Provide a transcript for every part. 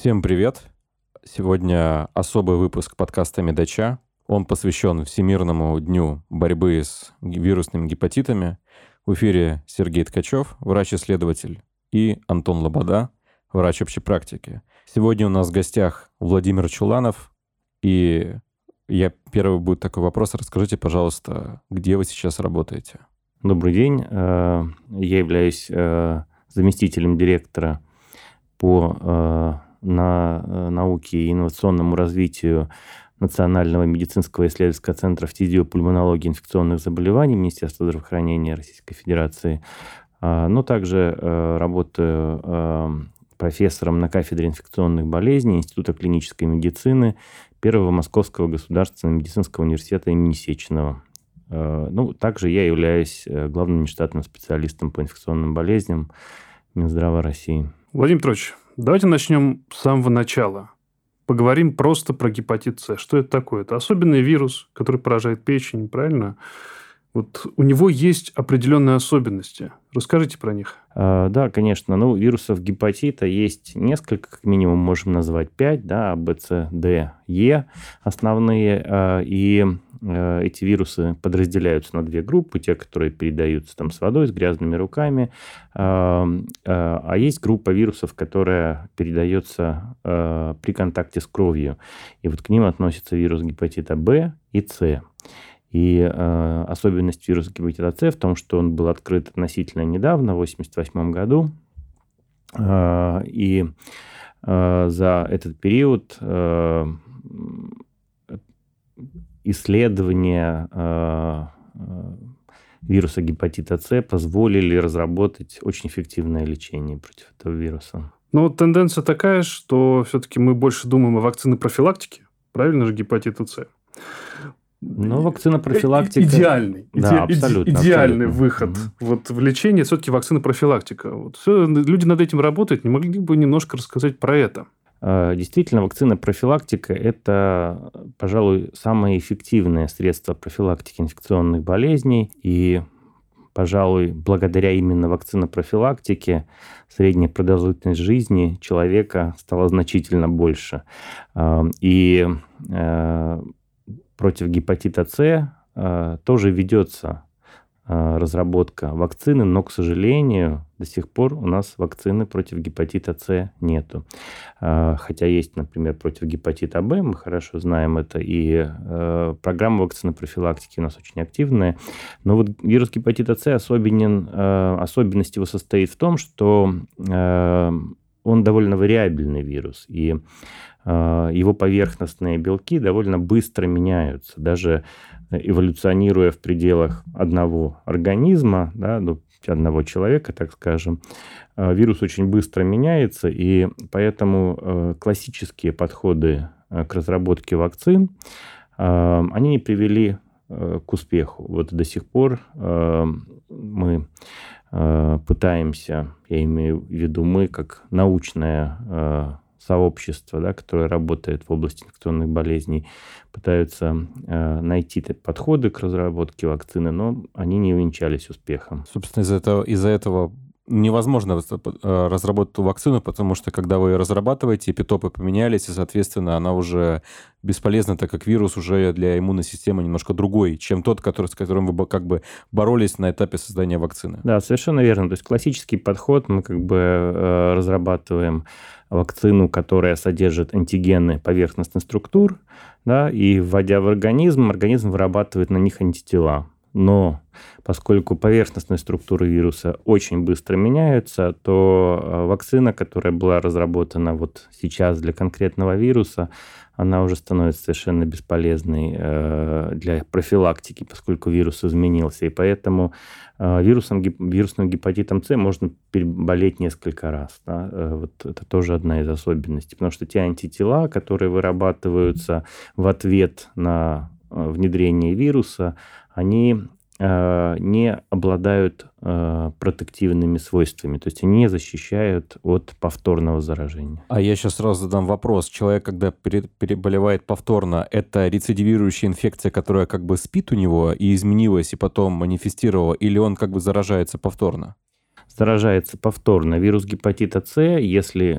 Всем привет! Сегодня особый выпуск подкаста «Медача». Он посвящен Всемирному дню борьбы с вирусными гепатитами. В эфире Сергей Ткачев, врач-исследователь, и Антон Лобода, врач общей практики. Сегодня у нас в гостях Владимир Чуланов. И первый будет такой вопрос. Расскажите, пожалуйста, где вы сейчас работаете? Добрый день. Я являюсь заместителем директора по науке и инновационному развитию Национального медицинского исследовательского центра фтизиопульмонологии и инфекционных заболеваний Министерства здравоохранения Российской Федерации, но также работаю профессором на кафедре инфекционных болезней Института клинической медицины Первого Московского государственного медицинского университета имени Сеченова. Также я являюсь главным нештатным специалистом по инфекционным болезням Минздрава России. Владимир Петрович, давайте начнем с самого начала. Поговорим просто про гепатит С. Что это такое? Это особенный вирус, который поражает печень, правильно? Вот у него есть определенные особенности. Расскажите про них. Да, конечно. Вирусов гепатита есть несколько, как минимум можем назвать 5, А, Б, С, Д, Е основные. И эти вирусы подразделяются на две группы. Те, которые передаются с водой, с грязными руками. А есть группа вирусов, которая передается при контакте с кровью. И вот к ним относится вирус гепатита Б и С. И особенность вируса гепатита С в том, что он был открыт относительно недавно, в 1988 году. И за этот период исследования вируса гепатита С позволили разработать очень эффективное лечение против этого вируса. Тенденция такая, что все-таки мы больше думаем о вакцине профилактики, правильно же, гепатита С? Вакцина профилактика... Идеальный. Абсолютно. Выход в лечение все-таки вакцина профилактика. Люди над этим работают. Не могли бы немножко рассказать про это? Действительно, вакцина профилактика – это, пожалуй, самое эффективное средство профилактики инфекционных болезней. И, пожалуй, благодаря именно вакцинопрофилактике средняя продолжительность жизни человека стала значительно больше. И против гепатита С тоже ведется разработка вакцины, но, к сожалению, до сих пор у нас вакцины против гепатита С нету. Хотя есть, например, против гепатита Б, мы хорошо знаем это, и программа вакцины профилактики у нас очень активная. Но вирус гепатита С особенность его состоит в том, что он довольно вариабельный вирус, и его поверхностные белки довольно быстро меняются, даже эволюционируя в пределах одного организма, одного человека, так скажем. Вирус очень быстро меняется, и поэтому классические подходы к разработке вакцин, они не привели к успеху. До сих пор мы пытаемся, я имею в виду мы, как научное сообщество, которое работает в области инфекционных болезней, пытаются найти подходы к разработке вакцины, но они не увенчались успехом. Собственно, из-за этого невозможно разработать эту вакцину, потому что, когда вы ее разрабатываете, эпитопы поменялись, и, соответственно, она уже бесполезна, так как вирус уже для иммунной системы немножко другой, чем тот, с которым вы боролись на этапе создания вакцины. Да, совершенно верно. То есть классический подход, мы разрабатываем вакцину, которая содержит антигены поверхностных структур, и, вводя в организм вырабатывает на них антитела. Но поскольку поверхностные структуры вируса очень быстро меняются, то вакцина, которая была разработана сейчас для конкретного вируса, она уже становится совершенно бесполезной для профилактики, поскольку вирус изменился. И поэтому вирусным гепатитом С можно переболеть несколько раз. Это тоже одна из особенностей. Потому что те антитела, которые вырабатываются в ответ на внедрение вируса, они не обладают протективными свойствами, то есть они не защищают от повторного заражения. А я сейчас сразу задам вопрос. Человек, когда переболевает повторно, это рецидивирующая инфекция, которая спит у него и изменилась, и потом манифестировала, или он заражается повторно? заражается повторно вирус гепатита С, если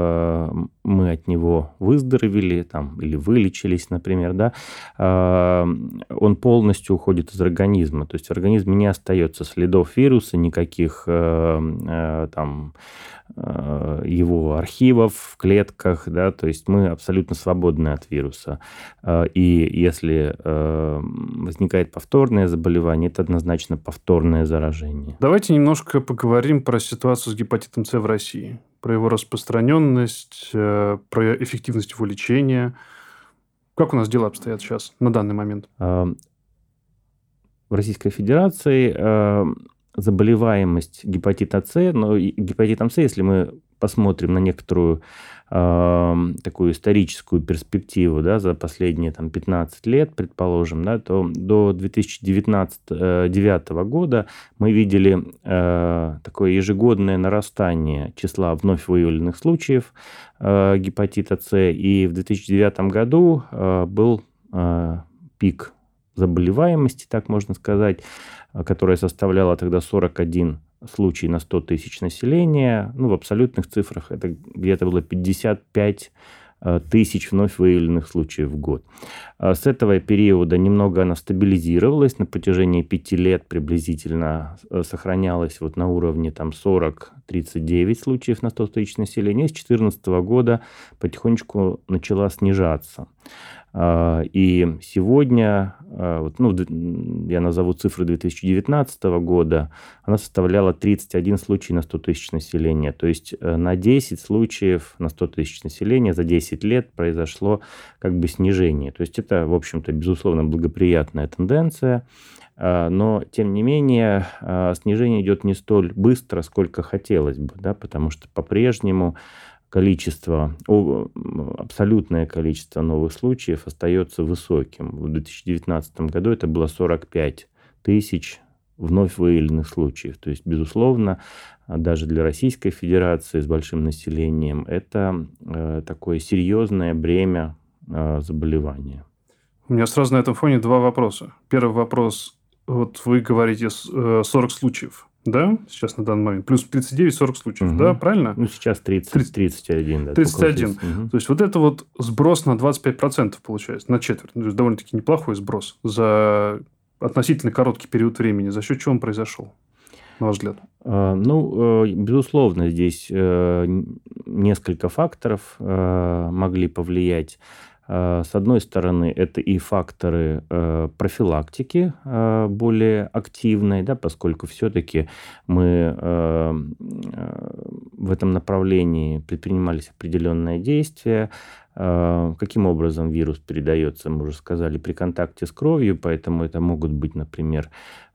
мы от него выздоровели там, или вылечились, например, да, он полностью уходит из организма. То есть в организме не остается следов вируса, никаких там его архивов в клетках, да, то есть мы абсолютно свободны от вируса. И если возникает повторное заболевание, это однозначно повторное заражение. Давайте немножко поговорим про ситуацию с гепатитом С в России, про его распространенность, про эффективность его лечения. Как у нас дела обстоят сейчас, на данный момент? В Российской Федерации заболеваемость гепатита С, но гепатитом С, если мы посмотрим на некоторую такую историческую перспективу, да, за последние там, 15 лет, предположим, да, то до 2009 года мы видели такое ежегодное нарастание числа вновь выявленных случаев гепатита С, и в 2009 году был пик заболеваемости, так можно сказать, которая составляла тогда 41 случай на 100 тысяч населения. Ну, в абсолютных цифрах это где-то было 55 тысяч вновь выявленных случаев в год. С этого периода немного она стабилизировалась, на протяжении 5 лет приблизительно сохранялась вот на уровне там 40-39 случаев на 100 тысяч населения. С 2014 года потихонечку начала снижаться. И сегодня, ну, я назову цифры 2019 года, она составляла 31 случай на 100 тысяч населения. То есть на 10 случаев на 100 тысяч населения за 10 лет произошло как бы снижение. То есть это, в общем-то, безусловно, благоприятная тенденция. Но, тем не менее, снижение идет не столь быстро, сколько хотелось бы, да, потому что по-прежнему абсолютное количество новых случаев остается высоким. В 2019 году это было 45 тысяч вновь выявленных случаев. То есть, безусловно, даже для Российской Федерации с большим населением это такое серьезное бремя заболевания. У меня сразу на этом фоне два вопроса. Первый вопрос. Вот вы говорите 40 случаев. Да, сейчас на данный момент. Плюс 39-40 случаев, да, правильно? Ну, сейчас 31, да. 31. То есть, вот это вот сброс на 25% получается, на четверть. То есть, довольно-таки неплохой сброс за относительно короткий период времени. За счет чего он произошел, на ваш взгляд? Ну, безусловно, здесь несколько факторов могли повлиять. С одной стороны, это и факторы профилактики более активной, да, поскольку все-таки мы в этом направлении предпринимались определенные действия. Каким образом вирус передается, мы уже сказали, при контакте с кровью, поэтому это могут быть, например,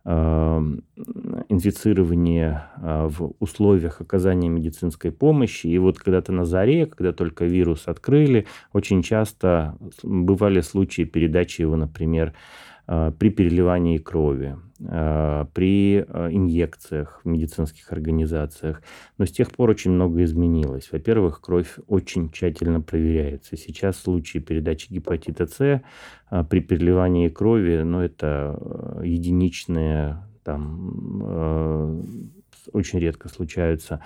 инфицирование в условиях оказания медицинской помощи. И вот когда-то на заре, когда только вирус открыли, очень часто бывали случаи передачи его, например, при переливании крови, при инъекциях в медицинских организациях. Но с тех пор очень много изменилось. Во-первых, кровь очень тщательно проверяется. Сейчас случаи передачи гепатита С при переливании крови, ну, это единичные, там, очень редко случаются.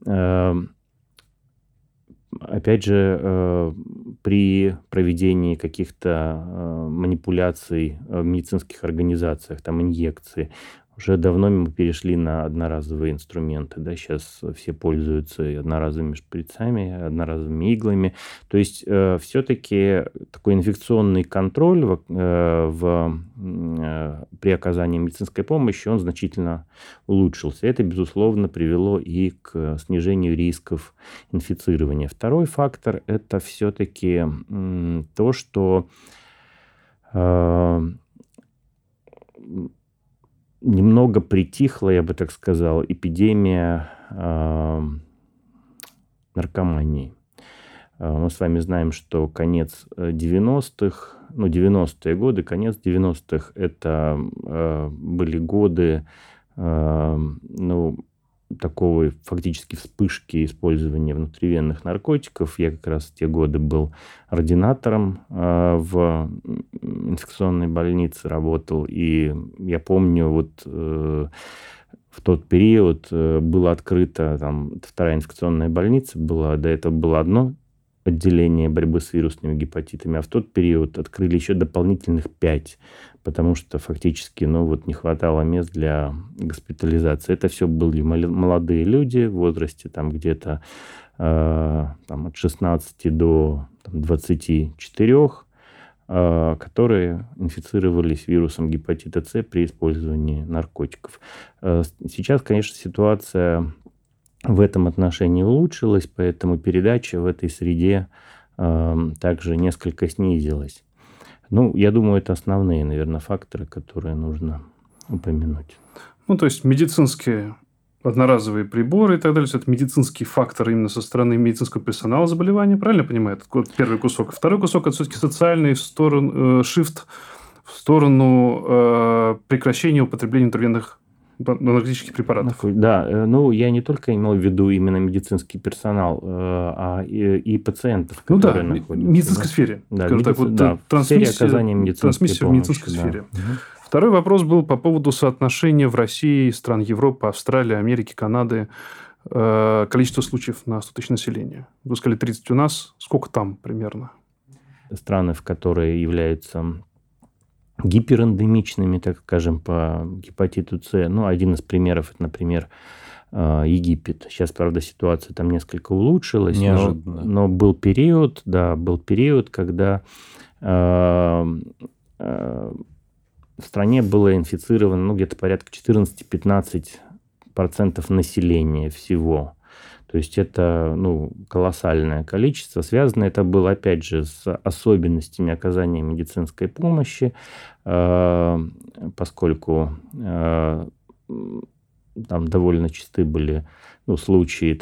Опять же, при проведении каких-то манипуляций в медицинских организациях, там инъекции, уже давно мы перешли на одноразовые инструменты. Да? Сейчас все пользуются одноразовыми шприцами, одноразовыми иглами. То есть все-таки такой инфекционный контроль при оказании медицинской помощи, он значительно улучшился. Это, безусловно, привело и к снижению рисков инфицирования. Второй фактор – это все-таки то, что немного притихла, я бы так сказал, эпидемия наркомании. Мы с вами знаем, что конец 90-х, 90-е годы, конец 90-х, это были годы, такого фактически вспышки использования внутривенных наркотиков. Я как раз в те годы был ординатором в инфекционной больнице, работал. И я помню, вот в тот период была открыта там, вторая инфекционная больница, до этого было одно отделение борьбы с вирусными гепатитами, а в тот период открыли еще дополнительных 5, потому что фактически не хватало мест для госпитализации. Это все были молодые люди в возрасте где-то от 16 до 24, которые инфицировались вирусом гепатита С при использовании наркотиков. Сейчас, конечно, ситуация в этом отношении улучшилась, поэтому передача в этой среде также несколько снизилась. Я думаю, это основные, наверное, факторы, которые нужно упомянуть. То есть медицинские одноразовые приборы и так далее, это медицинский фактор именно со стороны медицинского персонала заболевания, правильно я понимаю? Это первый кусок. Второй кусок – это все-таки социальный shift в сторону прекращения употребления интервенных наркотических препаратов. Да, я не только имел в виду именно медицинский персонал, а и пациентов, которые находятся. В медицинской сфере. В сфере оказания медицинской помощи. В медицинской сфере. Второй вопрос был по поводу соотношения в России, стран Европы, Австралии, Америки, Канады, количество случаев на 100 тысяч населения. Вы сказали, 30 у нас. Сколько там примерно? Страны, которые являются гиперэндемичными, так скажем, по гепатиту С. Один из примеров, это, например, Египет. Сейчас, правда, ситуация там несколько улучшилась, но был период, когда в стране было инфицировано где-то порядка 14-15% населения всего. То есть это колоссальное количество. Связано это было, опять же, с особенностями оказания медицинской помощи, поскольку там довольно часты были случаи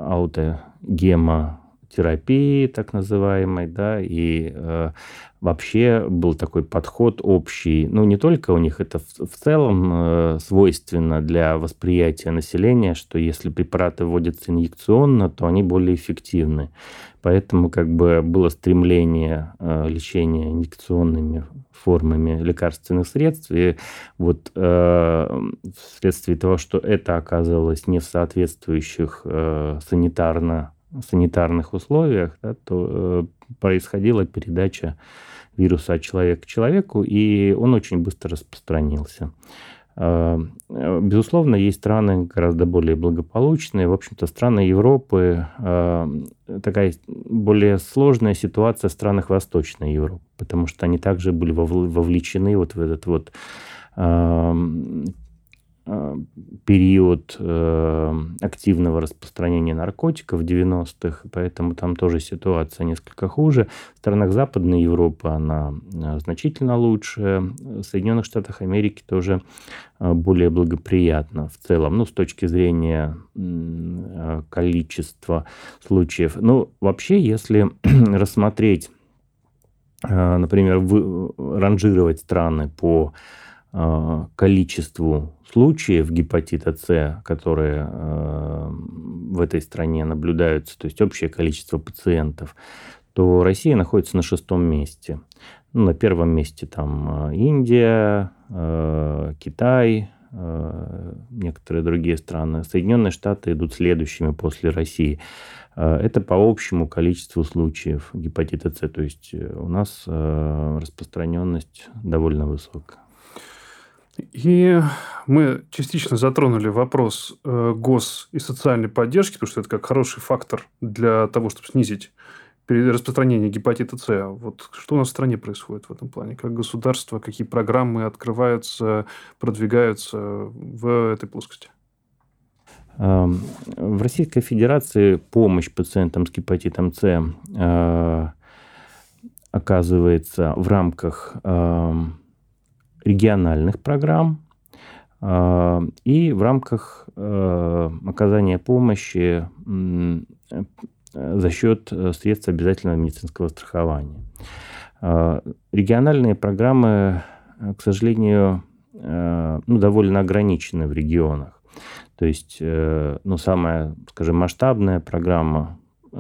аутогемотерапии, так называемой, и вообще был такой подход общий. Не только у них это в целом свойственно для восприятия населения, что если препараты вводятся инъекционно, то они более эффективны. Поэтому было стремление лечения инъекционными формами лекарственных средств. И вследствие того, что это оказалось не в соответствующих санитарных условиях, то происходила передача вируса от человека к человеку, и он очень быстро распространился. Безусловно, есть страны гораздо более благополучные. В общем-то, страны Европы, такая более сложная ситуация в странах Восточной Европы, потому что они также были вовлечены в этот период активного распространения наркотиков в 90-х, поэтому там тоже ситуация несколько хуже. В странах Западной Европы она значительно лучше. В Соединенных Штатах Америки тоже более благоприятно в целом, с точки зрения количества случаев. Вообще, если рассмотреть, например, ранжировать страны по количеству случаев гепатита С, которые в этой стране наблюдаются, то есть общее количество пациентов, то Россия находится на 6-м месте. На 1-м месте там Индия, Китай, некоторые другие страны. Соединенные Штаты идут следующими после России. Это по общему количеству случаев гепатита С. То есть у нас распространенность довольно высокая. И мы частично затронули вопрос и социальной поддержки, потому что это как хороший фактор для того, чтобы снизить распространение гепатита С. Что у нас в стране происходит в этом плане? Как государство, какие программы открываются, продвигаются в этой плоскости? В Российской Федерации помощь пациентам с гепатитом С оказывается в рамках региональных программ и в рамках оказания помощи за счет средств обязательного медицинского страхования. Региональные программы, к сожалению, довольно ограничены в регионах. То есть, самая, скажем, масштабная программа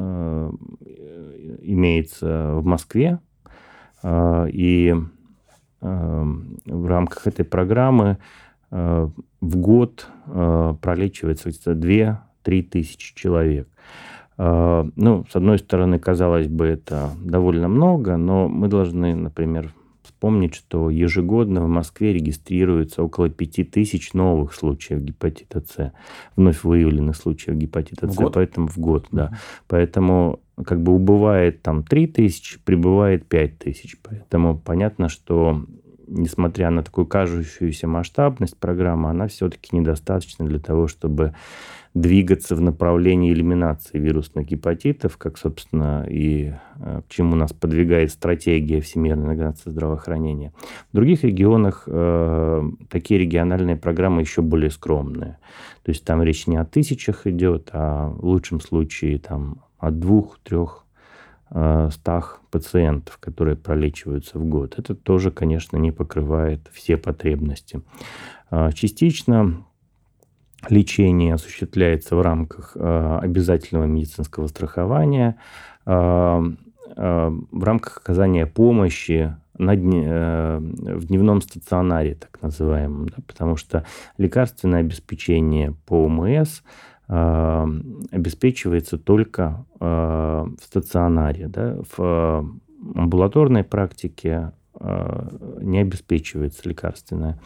имеется в Москве, и в рамках этой программы в год пролечивается 2-3 тысячи человек. Ну, с одной стороны, казалось бы, это довольно много, но мы должны, например, вспомнить, что ежегодно в Москве регистрируется около 5000 новых случаев гепатита С, вновь выявленных случаев гепатита С, поэтому в год, да. Поэтому как бы убывает там 3000, прибывает 5000. Поэтому понятно, что несмотря на такую кажущуюся масштабность программы, она все-таки недостаточна для того, чтобы двигаться в направлении элиминации вирусных гепатитов, как, собственно, и к чему нас подвигает стратегия Всемирной организации здравоохранения. В других регионах такие региональные программы еще более скромные. То есть там речь не о тысячах идет, а в лучшем случае там, от 2-3 100 пациентов, которые пролечиваются в год. Это тоже, конечно, не покрывает все потребности. Частично лечение осуществляется в рамках обязательного медицинского страхования, в рамках оказания помощи в дневном стационаре, так называемом, да, потому что лекарственное обеспечение по ОМС обеспечивается только в стационаре. Да, в амбулаторной практике не обеспечивается лекарственное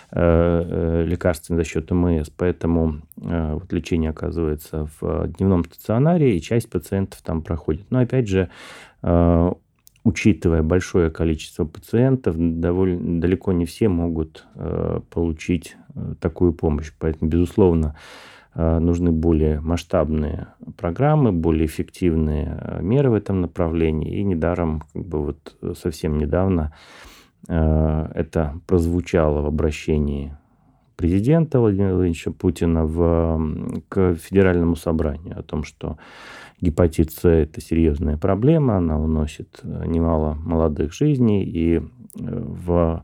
за счет ОМС, поэтому вот лечение оказывается в дневном стационаре, и часть пациентов там проходит. Но опять же, учитывая большое количество пациентов, далеко не все могут получить такую помощь. Поэтому, безусловно, нужны более масштабные программы, более эффективные меры в этом направлении. И недаром, как бы вот совсем недавно это прозвучало в обращении президента Владимира Владимировича Путина к Федеральному собранию о том, что гепатит С – это серьезная проблема, она уносит немало молодых жизней, и в,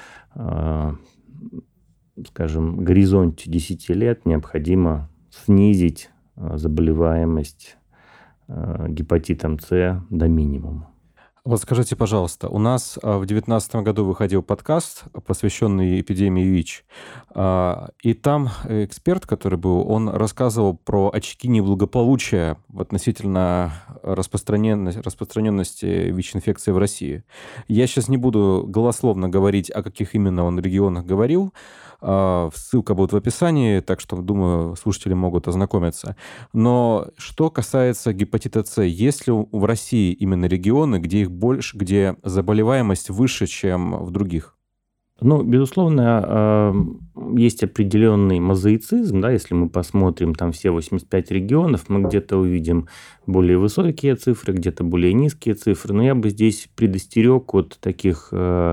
скажем, горизонте 10 лет необходимо снизить заболеваемость гепатитом С до минимума. Вот скажите, пожалуйста, у нас в 2019 году выходил подкаст, посвященный эпидемии ВИЧ, и там эксперт, который был, он рассказывал про очаги неблагополучия относительно распространенности ВИЧ-инфекции в России. Я сейчас не буду голословно говорить, о каких именно он регионах говорил, ссылка будет в описании, так что, думаю, слушатели могут ознакомиться. Но что касается гепатита С, есть ли в России именно регионы, где их больше, где заболеваемость выше, чем в других? Ну, безусловно, есть определенный мозаицизм, да, если мы посмотрим там все 85 регионов, мы где-то увидим более высокие цифры, где-то более низкие цифры, но я бы здесь предостерег от таких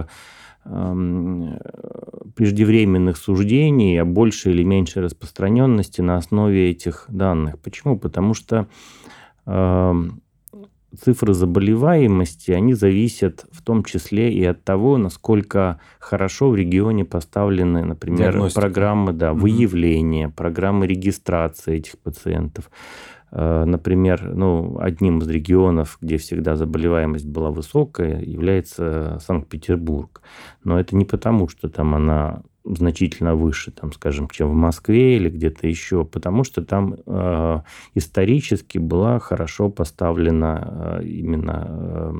преждевременных суждений о большей или меньшей распространенности на основе этих данных. Почему? Потому что цифры заболеваемости, они зависят в том числе и от того, насколько хорошо в регионе поставлены, например, программы выявления, программы регистрации этих пациентов. Например, одним из регионов, где всегда заболеваемость была высокая, является Санкт-Петербург. Но это не потому, что там она значительно выше, там, скажем, чем в Москве или где-то еще, потому что там исторически была хорошо поставлена именно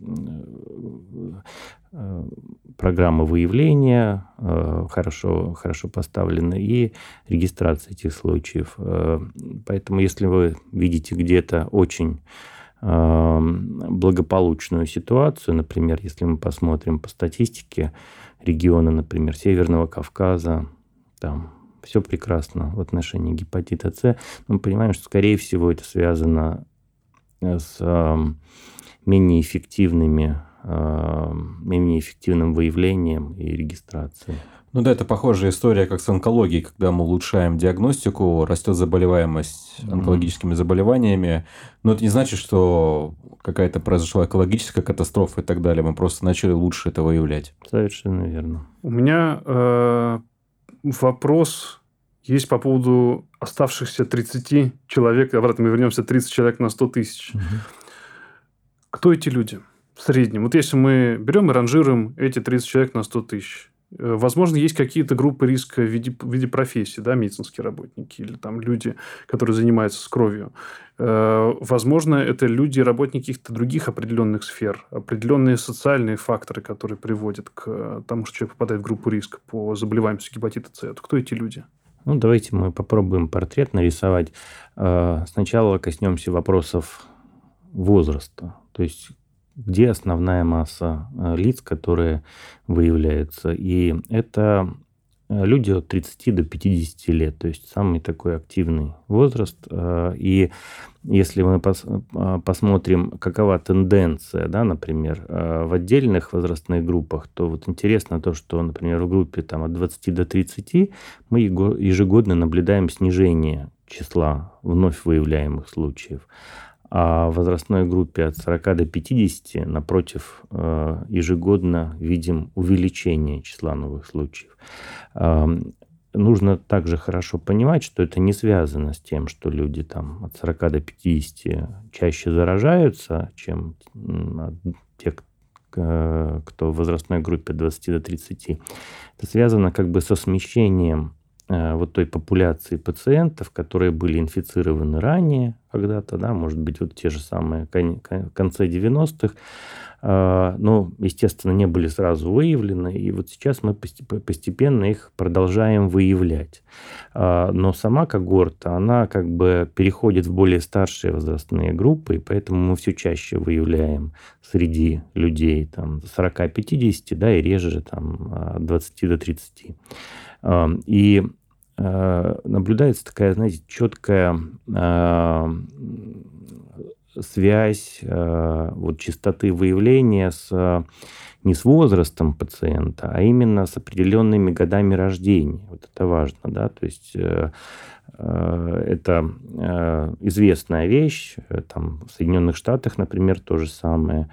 программа выявления, хорошо поставлена и регистрация этих случаев. Поэтому, если вы видите где-то очень благополучную ситуацию, например, если мы посмотрим по статистике региона, например, Северного Кавказа, там все прекрасно в отношении гепатита С, мы понимаем, что, скорее всего, это связано с менее эффективным выявлением и регистрацией. Ну да, это похожая история, как с онкологией, когда мы улучшаем диагностику, растет заболеваемость онкологическими заболеваниями. Но это не значит, что какая-то произошла экологическая катастрофа и так далее. Мы просто начали лучше это выявлять. Совершенно верно. У меня вопрос есть по поводу оставшихся 30 человек. Обратно мы вернемся, 30 человек на 100 тысяч. Кто эти люди в среднем? Вот если мы берем и ранжируем эти 30 человек на 100 тысяч. Возможно, есть какие-то группы риска в виде профессий, да, медицинские работники или там люди, которые занимаются с кровью. Возможно, это люди, работники каких-то других определенных сфер, определенные социальные факторы, которые приводят к тому, что человек попадает в группу риска по заболеваемости гепатита С. Вот кто эти люди? Ну, давайте мы попробуем портрет нарисовать. Сначала коснемся вопросов возраста. То есть, где основная масса лиц, которые выявляются. И это люди от 30 до 50 лет. То есть, самый такой активный возраст. И если мы посмотрим, какова тенденция, да, например, в отдельных возрастных группах, то вот интересно то, что, например, в группе там, от 20 до 30 мы ежегодно наблюдаем снижение числа вновь выявляемых случаев. А в возрастной группе от 40 до 50, напротив, ежегодно видим увеличение числа новых случаев. Нужно также хорошо понимать, что это не связано с тем, что люди там, от 40 до 50 чаще заражаются, чем те, кто в возрастной группе от 20 до 30. Это связано как бы со смещением вот той популяции пациентов, которые были инфицированы ранее когда-то, да, может быть, вот те же самые в конце 90-х, но, естественно, не были сразу выявлены, и вот сейчас мы постепенно их продолжаем выявлять. Но сама когорта, она как бы переходит в более старшие возрастные группы, и поэтому мы все чаще выявляем среди людей там, 40-50, да, и реже там, от 20 до 30. И наблюдается такая, знаете, четкая связь вот, частоты выявления не с возрастом пациента, а именно с определенными годами рождения. Вот это важно, да, то есть это известная вещь, там в Соединенных Штатах, например, то же самое.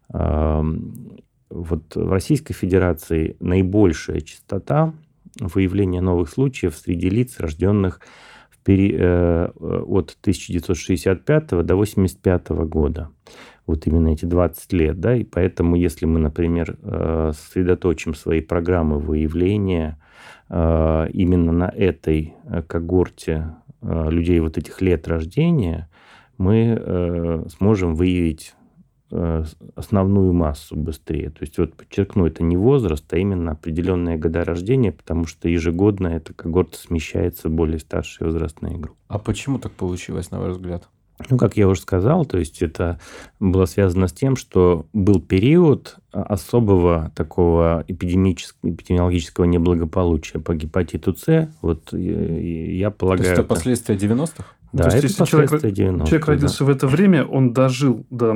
Вот в Российской Федерации наибольшая частота выявления новых случаев среди лиц, рожденных от 1965 до 1985 года. Вот именно эти 20 лет. Да? И поэтому, если мы, например, сосредоточим свои программы выявления именно на этой когорте людей вот этих лет рождения, мы сможем выявить основную массу быстрее. То есть, вот подчеркну, это не возраст, а именно определенные года рождения, потому что ежегодно эта когорта смещается в более старшие возрастные группы. А почему так получилось, на ваш взгляд? Ну, как я уже сказал, то есть это было связано с тем, что был период особого такого эпидемиологического неблагополучия по гепатиту С. Вот я полагаю... То есть это последствия 90-х? Да, то есть, это последствия 90-х. Человек родился в это время, он дожил до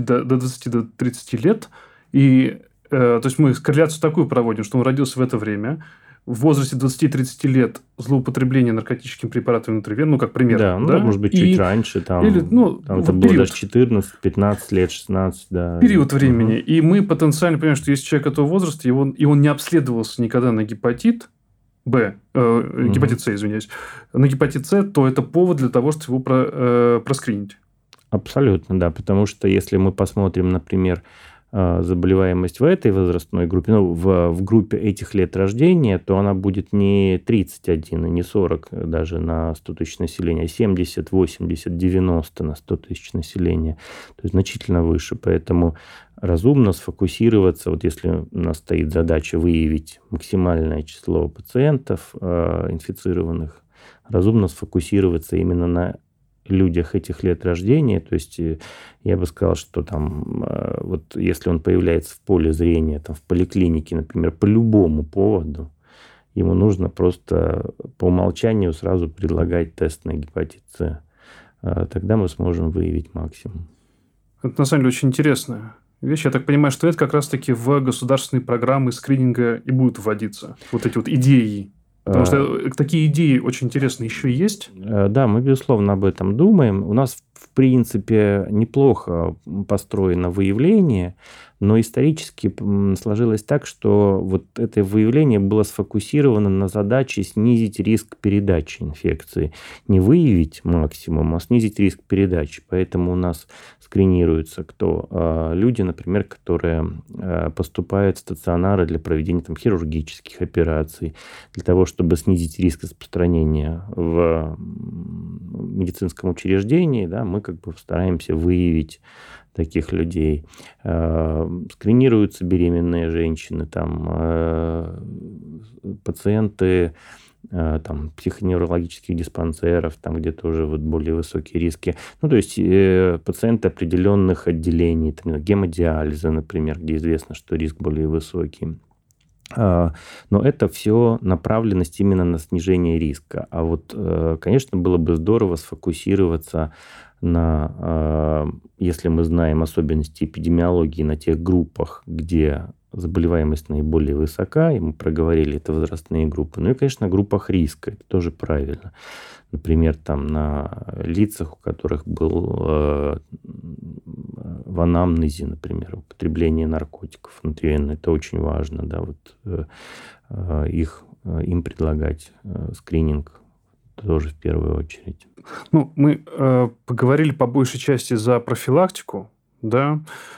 20-30 лет, и то есть мы корреляцию такую проводим, что он родился в это время, в возрасте 20-30 лет злоупотребление наркотическими препаратами внутривенно, ну, как пример. Да, ну, может быть, чуть раньше, там, или, там это было даже 14, 15 лет, 16, да. Период времени. И мы потенциально понимаем, что если человек этого возраста, и он не обследовался никогда на гепатит Б, гепатит С, извиняюсь, на гепатит С, то это повод для того, чтобы его проскринить. Абсолютно, да, потому что если мы посмотрим, например, заболеваемость в этой возрастной группе, ну, в группе этих лет рождения, то она будет не 31 и не 40 даже на 100 тысяч населения, а 70, 80, 90 на 100 тысяч населения. То есть значительно выше. Поэтому разумно сфокусироваться, вот если у нас стоит задача выявить максимальное число пациентов инфицированных, разумно сфокусироваться именно на людях этих лет рождения. То есть я бы сказал, что там, вот если он появляется в поле зрения, там, в поликлинике, например, по любому поводу, ему нужно просто по умолчанию сразу предлагать тест на гепатит С. Тогда мы сможем выявить максимум. Это на самом деле очень интересная вещь. Я так понимаю, что это как раз-таки в государственные программы скрининга и будут вводиться. Вот эти вот идеи. Потому что такие идеи очень интересные еще есть. Да, мы, безусловно, об этом думаем. У нас, в принципе, неплохо построено выявление, Но исторически сложилось так, что вот это выявление было сфокусировано на задаче снизить риск передачи инфекции. Не выявить максимум, а снизить риск передачи. Поэтому у нас скринируются кто? Люди, например, которые поступают в стационары для проведения там, хирургических операций, для того, чтобы снизить риск распространения в медицинском учреждении, да, мы как бы стараемся выявить таких людей. Скринируются беременные женщины, там, пациенты там, психоневрологических диспансеров, там где-то уже вот более высокие риски. Ну, то есть пациенты определенных отделений, там, гемодиализа, например, где известно, что риск более высокий. Но это все направленность именно на снижение риска. А вот, конечно, было бы здорово сфокусироваться на, если мы знаем особенности эпидемиологии на тех группах, где заболеваемость наиболее высока, и мы проговорили, это возрастные группы. Ну и, конечно, на группах риска, это тоже правильно. Например, там на лицах, у которых был в анамнезе, например, употребление наркотиков внутривенно, это очень важно, да, вот им предлагать скрининг тоже в первую очередь. Ну, мы поговорили по большей части за профилактику, да.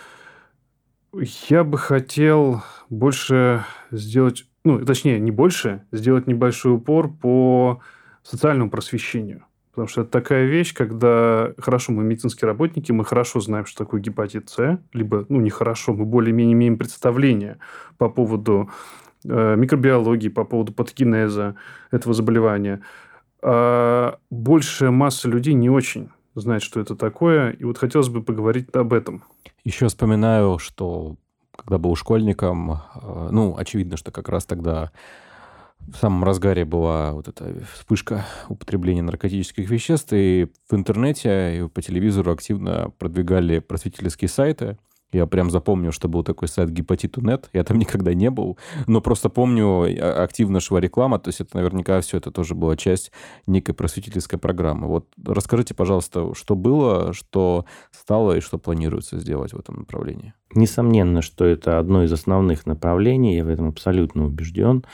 Я бы хотел больше сделать, ну, точнее, не больше, сделать небольшой упор по социальному просвещению. Потому что это такая вещь, когда, хорошо, мы медицинские работники, мы хорошо знаем, что такое гепатит С, либо, ну, нехорошо, мы более-менее имеем представление по поводу микробиологии, по поводу патогенеза этого заболевания. А большая масса людей не очень знает, что это такое, и вот хотелось бы поговорить об этом. Еще вспоминаю, что когда был школьником, ну, очевидно, что как раз тогда в самом разгаре была вот эта вспышка употребления наркотических веществ, и в интернете, и по телевизору активно продвигали просветительские сайты. Я прям запомнил, что был такой сайт Гепатиту.нет. Я там никогда не был, но просто помню, активно шла реклама. То есть это наверняка все это тоже была часть некой просветительской программы. Вот расскажите, пожалуйста, что было, что стало и что планируется сделать в этом направлении. Несомненно, что это одно из основных направлений. Я в этом абсолютно убежден.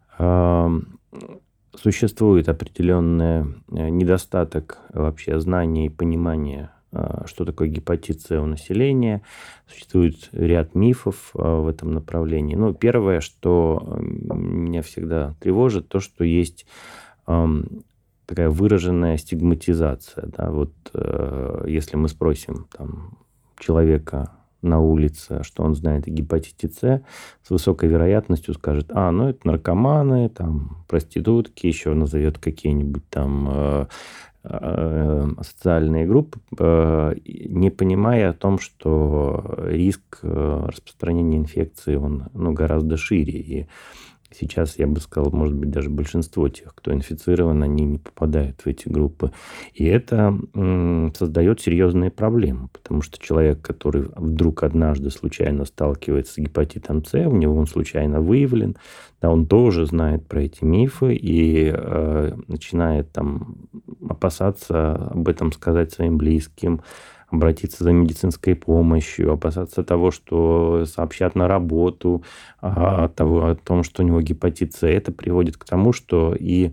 Существует определенный недостаток вообще знаний и понимания, что такое гепатит С у населения. Существует ряд мифов в этом направлении. Ну, первое, что меня всегда тревожит, то, что есть такая выраженная стигматизация. Да? Вот если мы спросим там, человека на улице, что он знает о гепатите С, с высокой вероятностью скажет, ну это наркоманы, там, проститутки, еще назовет какие-нибудь там социальные группы, не понимая о том, что риск распространения инфекции, он гораздо шире. И сейчас, я бы сказал, может быть, даже большинство тех, кто инфицирован, они не попадают в эти группы. И это создает серьезные проблемы, потому что человек, который вдруг однажды случайно сталкивается с гепатитом С, у него он случайно выявлен, да, он тоже знает про эти мифы и начинает там опасаться об этом сказать своим близким, обратиться за медицинской помощью, опасаться того, что сообщат на работу, о том, что у него гепатит С. Это приводит к тому, что и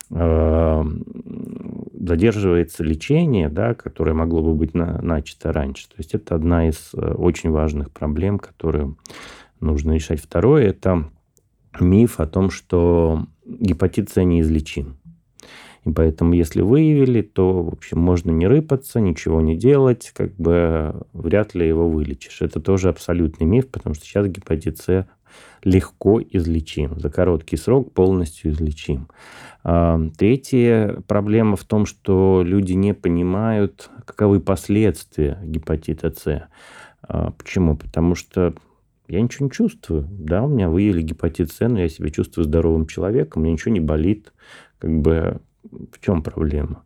задерживается лечение, да, которое могло бы быть начато раньше. То есть это одна из очень важных проблем, которую нужно решать. Второе – это миф о том, что гепатит С неизлечим. И поэтому, если выявили, то, в общем, можно не рыпаться, ничего не делать, как бы вряд ли его вылечишь. Это тоже абсолютный миф, потому что сейчас гепатит С легко излечим. За короткий срок полностью излечим. Третья проблема в том, что люди не понимают, каковы последствия гепатита С. Почему? Потому что я ничего не чувствую. Да, у меня выявили гепатит С, но я себя чувствую здоровым человеком, мне ничего не болит. Как бы в чем проблема?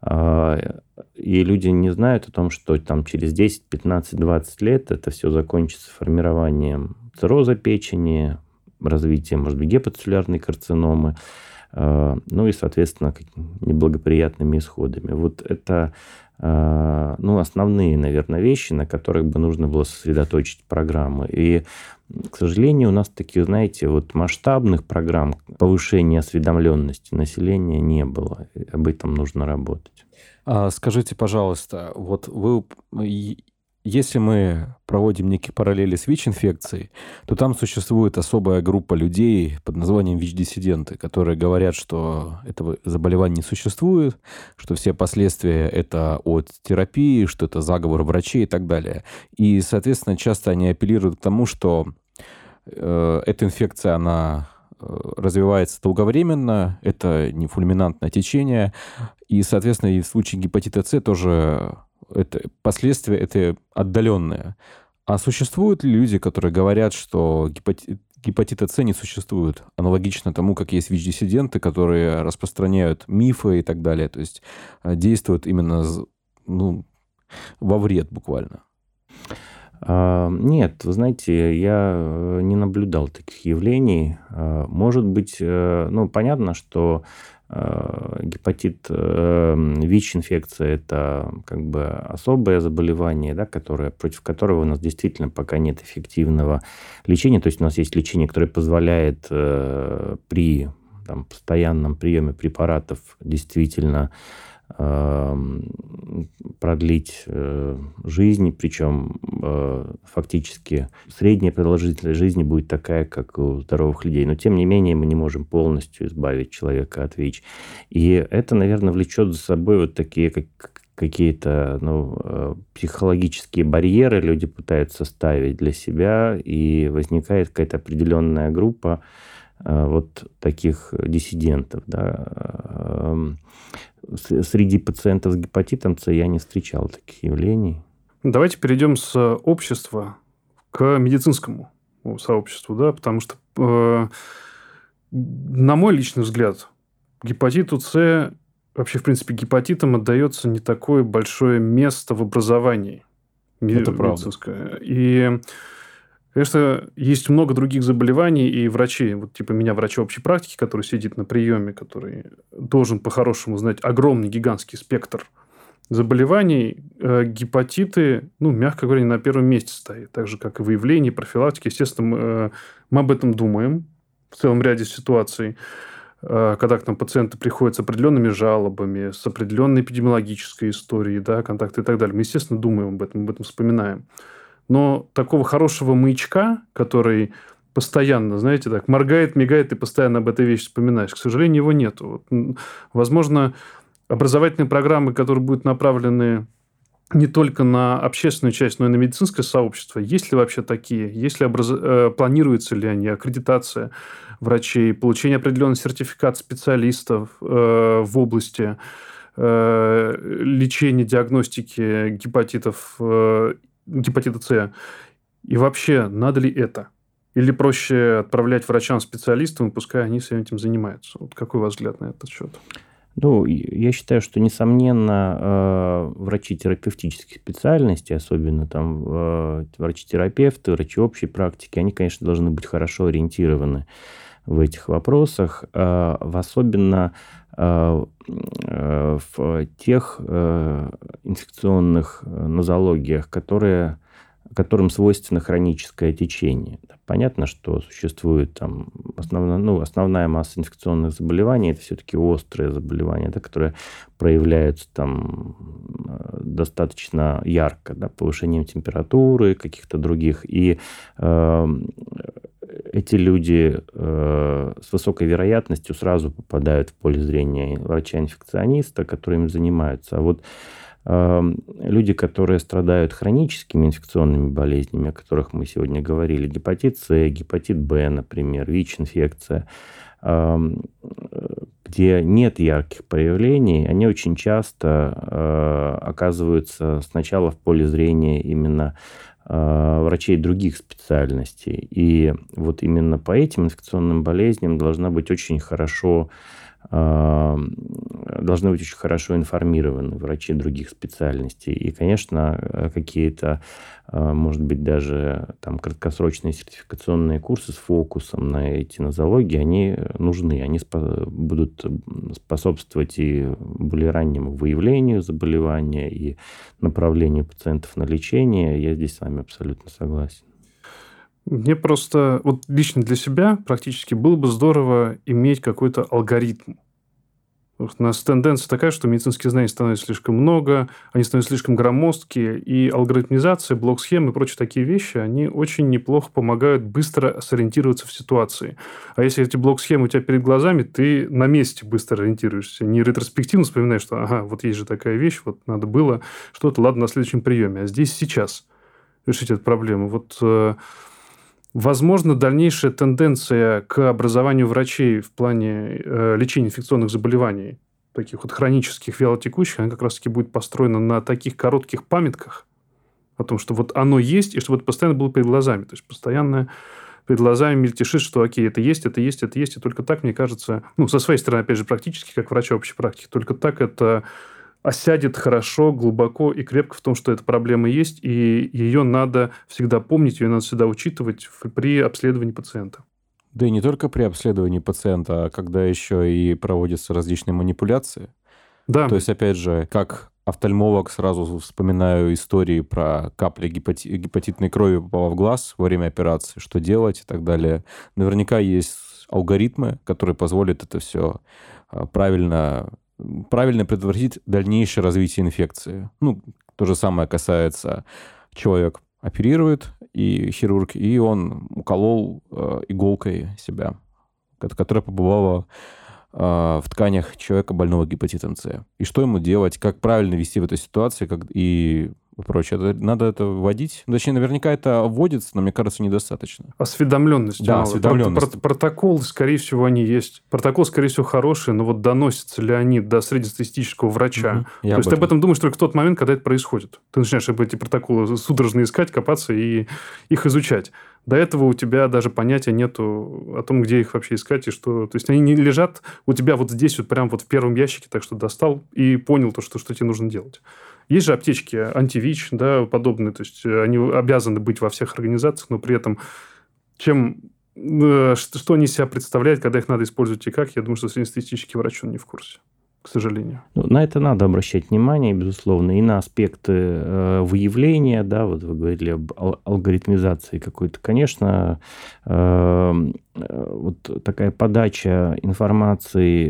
И люди не знают о том, что там через 10, 15, 20 лет это все закончится формированием цирроза печени, развитием, может быть, гепатоцеллюлярной карциномы, ну и, соответственно, неблагоприятными исходами. Вот это основные, наверное, вещи, на которых бы нужно было сосредоточить программы. И, к сожалению, у нас таких, знаете, масштабных программ повышения осведомленности населения не было. Об этом нужно работать. Скажите, пожалуйста, если мы проводим некие параллели с ВИЧ-инфекцией, то там существует особая группа людей под названием ВИЧ-диссиденты, которые говорят, что этого заболевания не существует, что все последствия это от терапии, что это заговор врачей и так далее. И, соответственно, часто они апеллируют к тому, что эта инфекция, она развивается долговременно, это не фульминантное течение, и, соответственно, и в случае гепатита С тоже последствия это отдаленные. А существуют ли люди, которые говорят, что гепатита С не существует, аналогично тому, как есть ВИЧ-диссиденты, которые распространяют мифы и так далее, то есть действуют именно во вред буквально? Нет, вы знаете, я не наблюдал таких явлений. Может быть, понятно, что гепатит, ВИЧ-инфекция – это особое заболевание, да, против которого у нас действительно пока нет эффективного лечения. То есть у нас есть лечение, которое позволяет при постоянном приеме препаратов действительно продлить жизнь, причем фактически средняя продолжительность жизни будет такая, как у здоровых людей. Но, тем не менее, мы не можем полностью избавить человека от ВИЧ. И это, наверное, влечет за собой такие какие-то психологические барьеры люди пытаются ставить для себя, и возникает какая-то определенная группа таких диссидентов. Да. Среди пациентов с гепатитом С я не встречал таких явлений. Давайте перейдем с общества к медицинскому сообществу, да, потому что, на мой личный взгляд, гепатиту С, вообще, в принципе, гепатитам отдается не такое большое место в образовании медицинское. И, конечно, есть много других заболеваний, и врачи, меня, врача общей практики, который сидит на приеме, который должен по-хорошему знать огромный, гигантский спектр заболеваний, гепатиты, мягко говоря, на первом месте стоит. Так же, как и выявление, профилактика. Естественно, мы об этом думаем в целом ряде ситуаций, когда к нам пациенты приходят с определенными жалобами, с определенной эпидемиологической историей, да, контакты и так далее. Мы, естественно, думаем об этом вспоминаем. Но такого хорошего маячка, который постоянно, знаете, так моргает, мигает, и постоянно об этой вещи вспоминаешь, к сожалению, его нету. Возможно, образовательные программы, которые будут направлены не только на общественную часть, но и на медицинское сообщество. Есть ли вообще такие? Планируется ли они? Аккредитация врачей, получение определенного сертификата специалистов в области лечения, диагностики гепатита С. И вообще, надо ли это? Или проще отправлять врачам-специалистам, и пускай они всем этим занимаются? Какой у вас взгляд на этот счет? Я считаю, что, несомненно, врачи терапевтических специальностей, особенно врачи-терапевты, врачи общей практики, они, конечно, должны быть хорошо ориентированы в этих вопросах, особенно в тех инфекционных нозологиях, которым свойственно хроническое течение. Понятно, что существует основная масса инфекционных заболеваний, это все-таки острые заболевания, да, которые проявляются достаточно ярко, да, повышением температуры, каких-то других. И эти люди с высокой вероятностью сразу попадают в поле зрения врача-инфекциониста, который им занимается. А люди, которые страдают хроническими инфекционными болезнями, о которых мы сегодня говорили, гепатит С, гепатит Б, например, ВИЧ-инфекция, где нет ярких проявлений, они очень часто оказываются сначала в поле зрения именно врачей других специальностей. И именно по этим инфекционным болезням должна быть очень хорошо должны быть очень хорошо информированы врачи других специальностей. И, конечно, какие-то, может быть, даже там краткосрочные сертификационные курсы с фокусом на эти нозологии, они нужны. Они будут способствовать и более раннему выявлению заболевания, и направлению пациентов на лечение. Я здесь с вами абсолютно согласен. Мне просто, вот лично для себя практически было бы здорово иметь какой-то алгоритм. Потому что у нас тенденция такая, что медицинских знаний становится слишком много, они становятся слишком громоздкие, и алгоритмизация, блок-схемы и прочие такие вещи, они очень неплохо помогают быстро сориентироваться в ситуации. А если эти блок-схемы у тебя перед глазами, ты на месте быстро ориентируешься, не ретроспективно вспоминаешь, что ага, вот есть же такая вещь, вот надо было что-то, ладно, на следующем приеме, а здесь сейчас решить эту проблему. Вот возможно, дальнейшая тенденция к образованию врачей в плане лечения инфекционных заболеваний, таких вот хронических, вялотекущих, она как раз-таки будет построена на таких коротких памятках о том, что вот оно есть, и чтобы это постоянно было перед глазами. То есть, постоянно перед глазами мельтешит, что окей, это есть, это есть, это есть. И только так, мне кажется, со своей стороны, опять же, практически, как врача общей практики, только так это осядет хорошо, глубоко и крепко в том, что эта проблема есть, и ее надо всегда помнить, ее надо всегда учитывать при обследовании пациента. Да и не только при обследовании пациента, а когда еще и проводятся различные манипуляции. Да. То есть, опять же, как офтальмолог сразу вспоминаю истории про капли гепатитной крови попала в глаз во время операции, что делать и так далее. Наверняка есть алгоритмы, которые позволят это все правильно предотвратить дальнейшее развитие инфекции. То же самое касается человек оперирует, и хирург, и он уколол иголкой себя, которая побывала в тканях человека, больного гепатитом С. И что ему делать, как правильно вести в этой ситуации, и прочее. Надо это вводить. Точнее, наверняка это вводится, но, мне кажется, недостаточно. Осведомленность. Да, осведомленность. Протоколы, скорее всего, они есть. Протокол, скорее всего, хороший, но вот доносятся ли они до среднестатистического врача? То есть, ты об этом думаешь только в тот момент, когда это происходит. Ты начинаешь эти протоколы судорожно искать, копаться и их изучать. До этого у тебя даже понятия нету о том, где их вообще искать и что. То есть, они не лежат у тебя вот здесь, вот прям вот в первом ящике, так что достал и понял то, что тебе нужно делать. Есть же аптечки антивич, да, подобные, то есть они обязаны быть во всех организациях, но при этом что они себя представляют, когда их надо использовать и как, я думаю, что среднестатистический врач он не в курсе, к сожалению. На это надо обращать внимание, безусловно, и на аспекты выявления, да, вот вы говорили об алгоритмизации какой-то. Конечно, вот такая подача информации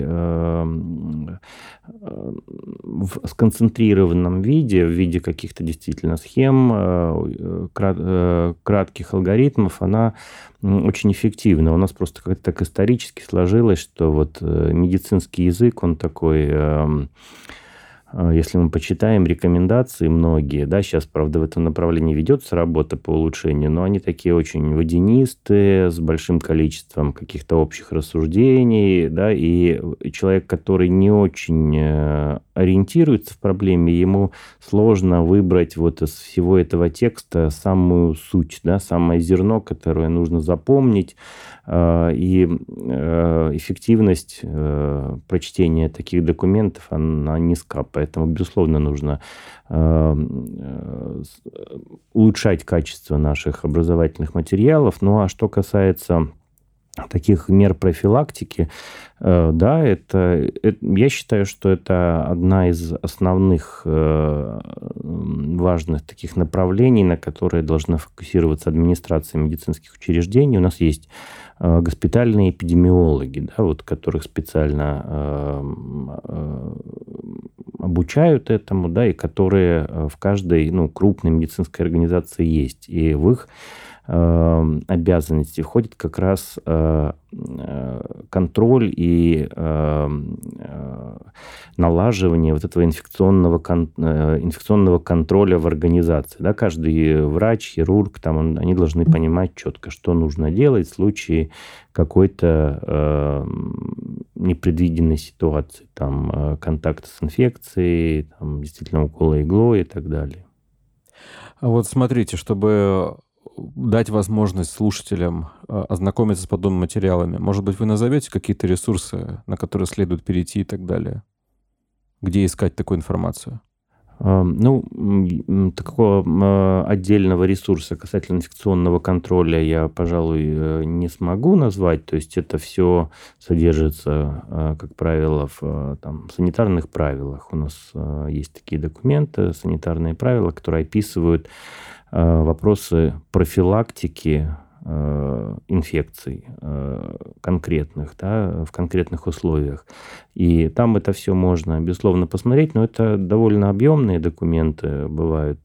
в сконцентрированном виде, в виде каких-то действительно схем, кратких алгоритмов, она очень эффективна. У нас просто как-то так исторически сложилось, что вот медицинский язык, он такой... Если мы почитаем рекомендации многие, да, сейчас, правда, в этом направлении ведется работа по улучшению, но они такие очень водянистые, с большим количеством каких-то общих рассуждений, да, и человек, который не очень ориентируется в проблеме, ему сложно выбрать вот из всего этого текста самую суть, да, самое зерно, которое нужно запомнить, и эффективность прочтения таких документов, она низка. Поэтому, безусловно, нужно улучшать качество наших образовательных материалов. Ну, а что касается таких мер профилактики, да, я считаю, что это одна из основных важных таких направлений, на которые должна фокусироваться администрация медицинских учреждений. У нас есть госпитальные эпидемиологи, да, вот, которых специально обучают этому, да, и которые в каждой крупной медицинской организации есть. И в их обязанности входит как раз контроль и налаживание вот этого инфекционного контроля в организации. Да, каждый врач, хирург, они должны понимать четко, что нужно делать в случае какой-то непредвиденной ситуации, контакта с инфекцией, действительно укола иглой и так далее. А вот смотрите, чтобы дать возможность слушателям ознакомиться с подобными материалами, может быть, вы назовете какие-то ресурсы, на которые следует перейти и так далее? Где искать такую информацию? Такого отдельного ресурса касательно инфекционного контроля я, пожалуй, не смогу назвать. То есть это все содержится, как правило, в санитарных правилах. У нас есть такие документы, санитарные правила, которые описывают вопросы профилактики инфекций конкретных, да, в конкретных условиях. И там это все можно, безусловно, посмотреть, но это довольно объемные документы бывают.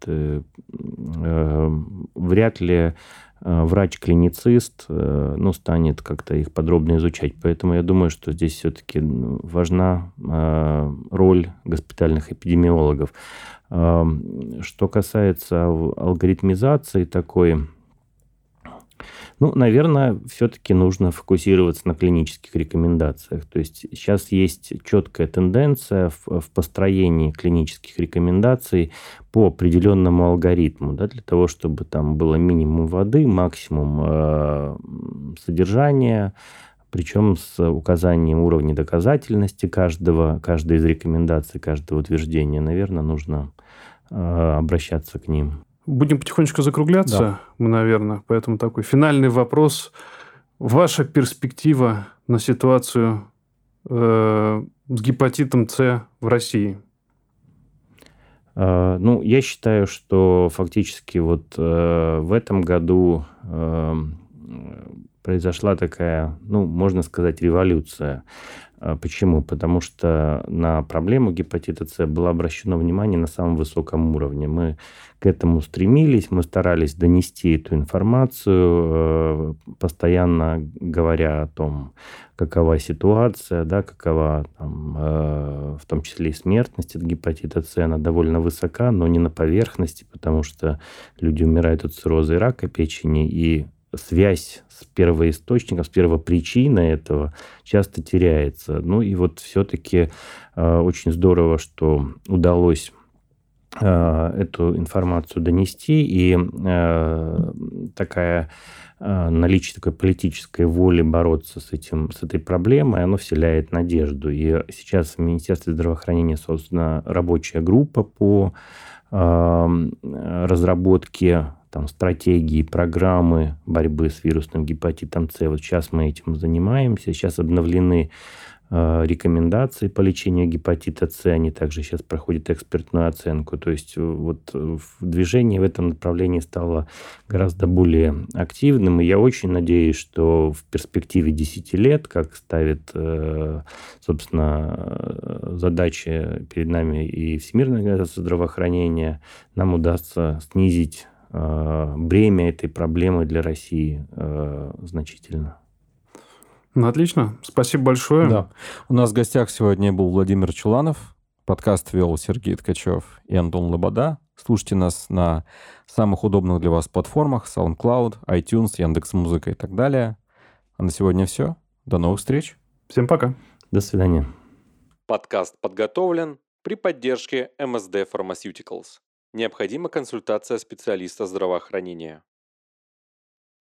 Вряд ли врач-клиницист станет как-то их подробно изучать. Поэтому я думаю, что здесь все-таки важна роль госпитальных эпидемиологов. Что касается алгоритмизации такой, наверное, все-таки нужно фокусироваться на клинических рекомендациях. То есть сейчас есть четкая тенденция в построении клинических рекомендаций по определенному алгоритму, да, для того, чтобы там было минимум воды, максимум содержания, причем с указанием уровня доказательности каждой из рекомендаций, каждого утверждения. Наверное, нужно обращаться к ним. Будем потихонечку закругляться, Да. мы, наверное. Поэтому такой финальный вопрос. Ваша перспектива на ситуацию с гепатитом С в России? Я считаю, что фактически в этом году произошла такая, можно сказать, революция. Почему? Потому что на проблему гепатита С было обращено внимание на самом высоком уровне. Мы к этому стремились, мы старались донести эту информацию, постоянно говоря о том, какова ситуация, да, какова в том числе и смертность от гепатита С. Она довольно высока, но не на поверхности, потому что люди умирают от цирроза и рака печени, и связь с первоисточником, с первопричиной этого часто теряется. Все-таки очень здорово, что удалось эту информацию донести, и наличие такой политической воли бороться с этой проблемой, оно вселяет надежду. И сейчас в Министерстве здравоохранения создана рабочая группа по разработке стратегии, программы борьбы с вирусным гепатитом С. Сейчас мы этим занимаемся. Сейчас обновлены рекомендации по лечению гепатита С. Они также сейчас проходят экспертную оценку. То есть движение в этом направлении стало гораздо более активным. И я очень надеюсь, что в перспективе 10 лет, как ставит, собственно, задачи перед нами и Всемирная организация здравоохранения, нам удастся снизить бремя этой проблемы для России значительно. Отлично. Спасибо большое. Да. У нас в гостях сегодня был Владимир Чуланов. Подкаст вел Сергей Ткачев и Антон Лобода. Слушайте нас на самых удобных для вас платформах: SoundCloud, iTunes, Яндекс.Музыка и так далее. А на сегодня все. До новых встреч. Всем пока. До свидания. Подкаст подготовлен при поддержке MSD Pharmaceuticals. Необходима консультация специалиста здравоохранения.